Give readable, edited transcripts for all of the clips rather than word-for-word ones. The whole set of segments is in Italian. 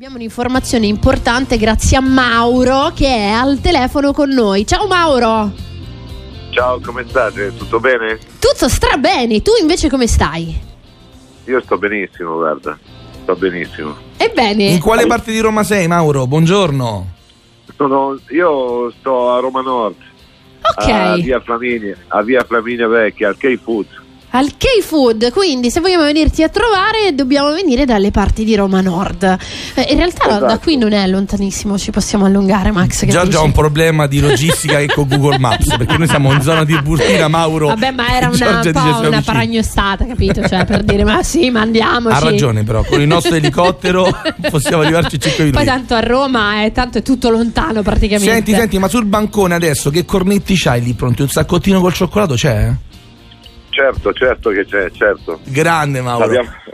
Abbiamo un'informazione importante grazie a Mauro che è al telefono con noi. Ciao Mauro! Ciao, come state? Tutto bene? Tutto strabene, tu invece come stai? Io sto benissimo, guarda, sto benissimo. Ebbene... In quale parte di Roma sei, Mauro? Buongiorno. Io sto a Roma Nord, Ok, a Via Flaminia Vecchia, al K-Food. al K-Food, quindi se vogliamo venirti a trovare dobbiamo venire dalle parti di Roma Nord. In realtà Esatto. da qui non è lontanissimo, ci possiamo allungare, Max. Che Giorgia dici? ha un problema di logistica che con Google Maps, perché noi siamo in zona Tiburtina, Mauro. Vabbè, ma era Giorgia un dice po' siamo una vicini. paragnostata, capito? Cioè, per dire, ma sì, ma andiamoci. Ha ragione, però, con il nostro elicottero possiamo arrivarci 5 minuti. Poi tanto a Roma tanto è tutto lontano praticamente. Senti, ma sul bancone adesso che cornetti c'hai lì pronti? Un saccottino col cioccolato c'è? Certo che c'è, certo. Grande, Mauro.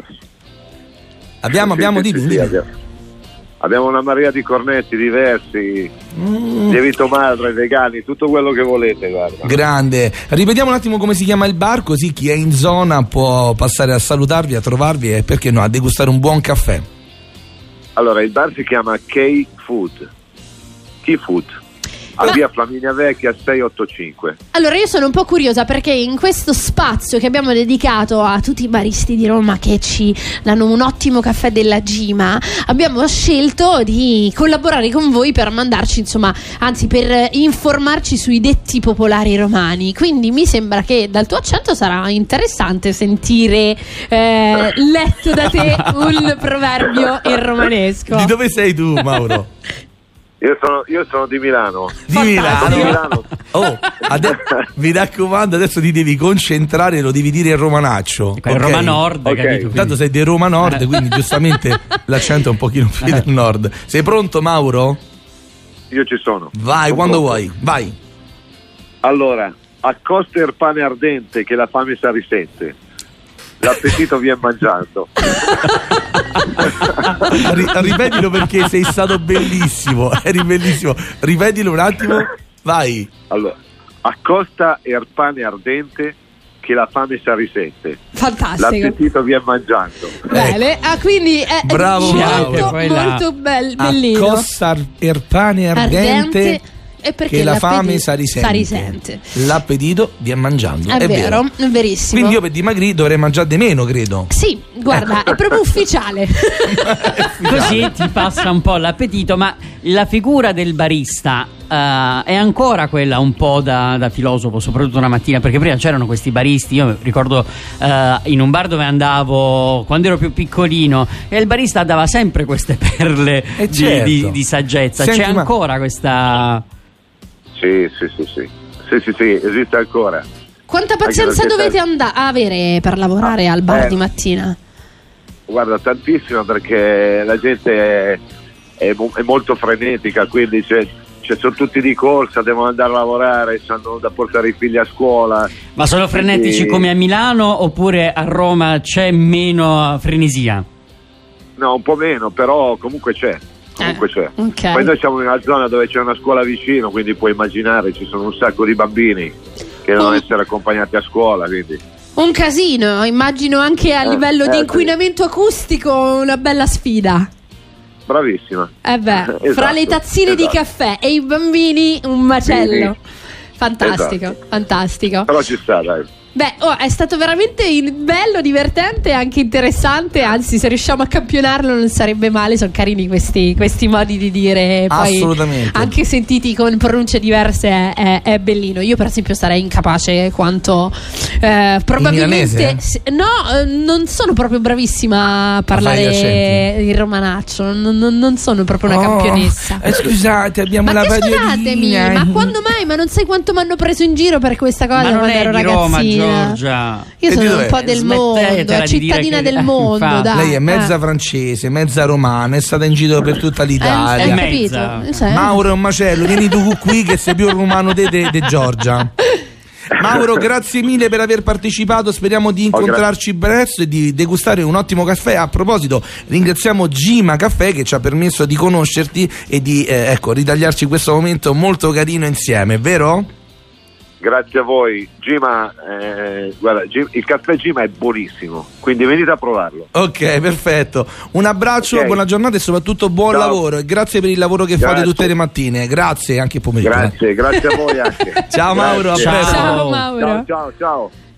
Abbiamo Sì, dimmi. abbiamo una marea di cornetti diversi, lievito madre, vegani, tutto quello che volete, guarda. Grande. Ripetiamo un attimo come si chiama il bar, così chi è in zona può passare a salutarvi, a trovarvi e perché no, a degustare un buon caffè. Allora, il bar si chiama K-Food, a Via Flaminia Vecchia 685. Allora io sono un po' curiosa perché in questo spazio che abbiamo dedicato a tutti i baristi di Roma che ci danno un ottimo caffè della Gima, abbiamo scelto di collaborare con voi per mandarci, insomma, anzi per informarci sui detti popolari romani. Quindi mi sembra che dal tuo accento sarà interessante sentire letto da te un proverbio in romanesco. Di dove sei tu, Mauro? Io sono di Milano. Di Milano. Di Milano. Oh, mi raccomando, adesso ti devi concentrare, lo devi dire in romanaccio. Il Roma Nord, Ok. capito? Quindi- Tanto sei di Roma Nord, quindi giustamente l'accento è un pochino più del nord. Sei pronto, Mauro? Io ci sono. Vai, Sono quando pronto. vuoi, vai. Allora, accosta il pane ardente che la fame si risente. L'appetito viene mangiando. Ripetilo perché sei stato bellissimo, eri bellissimo. Ripetilo un attimo, vai. Allora, accosta il pane ardente che la fame si risente. Fantastico. L'appetito viene mangiando. Bene, quindi è Bravo, molto, Mauro. Poi là. molto bellino. Accosta il pane ardente e perché che la fame l'appetito si risente. L'appetito viene mangiando. È vero, è verissimo. Quindi io per dimagrire dovrei mangiare di meno, credo. Sì, guarda, è proprio ufficiale. Così ti passa un po' l'appetito, ma la figura del barista è ancora quella un po' da filosofo, soprattutto una mattina, perché prima c'erano questi baristi. Io ricordo in un bar dove andavo quando ero più piccolino e il barista dava sempre queste perle certo. di saggezza. Senti, C'è ma- ancora questa... Sì, esiste ancora. Quanta pazienza Anche perché dovete avere per lavorare al bar di mattina? Guarda, tantissimo, perché la gente è molto frenetica, quindi sono tutti di corsa, devono andare a lavorare, hanno da portare i figli a scuola. Ma sono frenetici Quindi- come a Milano oppure a Roma c'è meno frenesia? No, un po' meno, però comunque c'è. Ok. Poi noi siamo in una zona dove c'è una scuola vicino, quindi puoi immaginare, ci sono un sacco di bambini che devono essere accompagnati a scuola, quindi Un casino, immagino anche a livello di inquinamento acustico una bella sfida. bravissima. Fra Esatto, le tazzine di esatto. caffè e i bambini un macello. Sì. Fantastico, Esatto. fantastico. Però ci sta, dai. Beh, è stato veramente bello, divertente e anche interessante. Anzi, se riusciamo a campionarlo non sarebbe male. Sono carini questi modi di dire. Poi, Assolutamente. anche sentiti con pronunce diverse è bellino. Io per esempio sarei incapace quanto probabilmente milanese? no, non sono proprio bravissima a parlare accenti. il romanaccio. Non sono proprio una campionessa. Scusate, abbiamo Ma la che scusatemi, radiolina. ma quando mai? Ma non sai quanto mi hanno preso in giro per questa cosa Ma non quando è ero di Roma, ragazzina. Giorgia. Io E di sono un dov'è? po' del Smettetela mondo, di dire cittadina che- del mondo, infatti. dai. Lei è mezza francese, mezza romana, è stata in giro per tutta l'Italia. Hai mezza. capito? Cioè, Mauro è un macello, vieni tu qui che sei più romano di Giorgia. Mauro, grazie mille per aver partecipato, speriamo di incontrarci presto e di degustare un ottimo caffè. A proposito, ringraziamo Gima Caffè che ci ha permesso di conoscerti e di ritagliarci questo momento molto carino insieme, vero? Grazie a voi. Gima, guarda, il caffè Gima è buonissimo, quindi venite a provarlo. Ok, perfetto. Un abbraccio, Okay. buona giornata e soprattutto buon Ciao. lavoro. E grazie per il lavoro che fate tutte le mattine. Grazie anche pomeriggio. Grazie a voi anche. Ciao Mauro, a Grazie. presto. Ciao Mauro. Ciao.